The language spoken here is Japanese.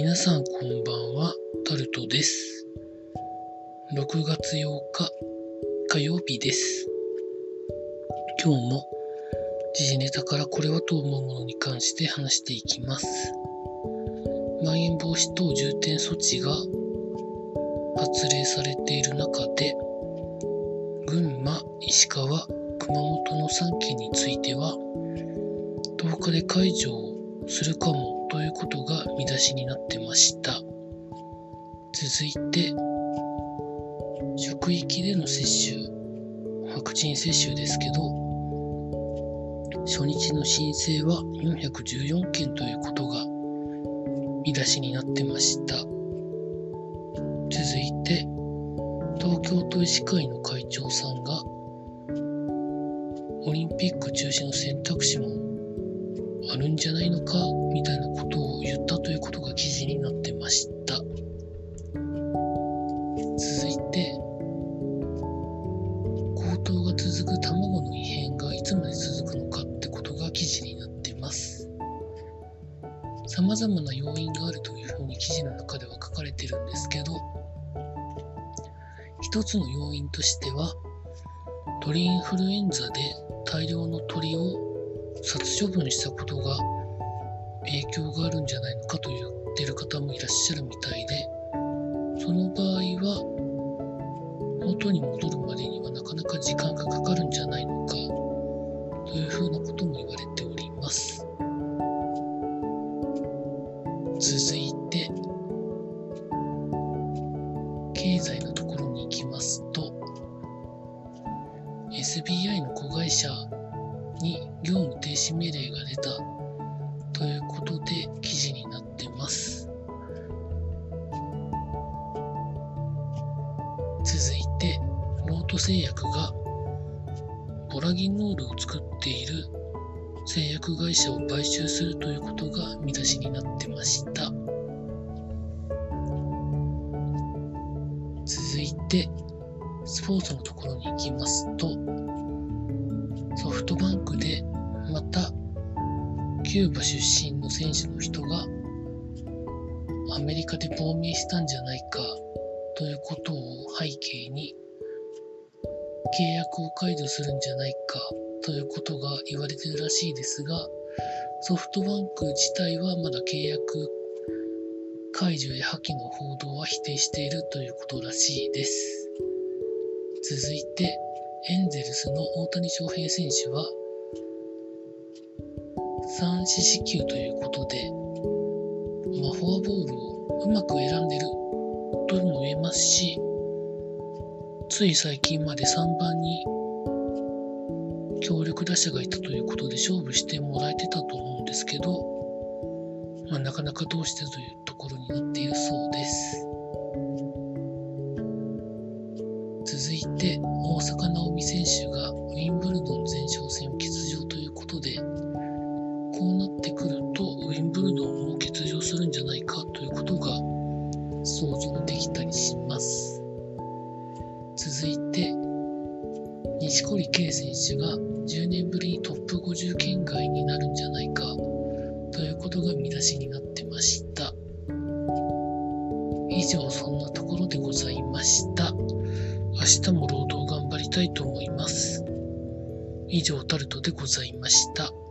皆さんこんばんは、タルトです。6月8日火曜日です。今日も時事ネタからこれはと思うものに関して話していきます。まん延防止等重点措置が発令されている中で、群馬、石川、熊本の3県については10日で解除をするかもということが見出しになってました。続いて職域での接種、ワクチン接種ですけど、初日の申請は414件ということが見出しになってました。続いて東京都医師会の会長さんがオリンピック中止の選択肢もあるんじゃないのかみたいなことを言ったということが記事になってました。続いて高騰が続く卵の異変がいつまで続くのかってことが記事になってます。様々な要因があるというふうに記事の中では書かれてるんですけど、一つの要因としては鳥インフルエンザで大量の鳥を殺処分したことが影響があるんじゃないのかと言っている方もいらっしゃるみたいで、その場合は元に戻るまでにはなかなか時間がかかるんじゃないのかというふうなことも言われております。続いて経済のところに行きますと、 SBI の子会社に業務停止命令が出たということで記事になってます。続いてロート製薬がボラギノールを作っている製薬会社を買収するということが見出しになってました。続いてスポーツのところに行きますと、ソフトバンクでまたキューバ出身の選手の人がアメリカで亡命したんじゃないかということを背景に契約を解除するんじゃないかということが言われているらしいですが、ソフトバンク自体はまだ契約解除や破棄の報道は否定しているということらしいです。続いてエンゼルスの大谷翔平選手は3四死球ということで、フォアボールをうまく選んでるとも言えますし、つい最近まで3番に強力打者がいたということで勝負してもらえてたと思うんですけど、なかなかどうしてというところになっているそうです。続いて大坂なおみ選手がウィンブルドン前哨戦を欠場ということで、こうなってくるとウィンブルドンも欠場するんじゃないかということが想像できたりします。続いて錦織圭選手が10年ぶりにトップ50圏外になるんじゃないかということが見出しになってました。以上、そんなところでございました。明日も労働頑張りたいと思います。以上、タルトでございました。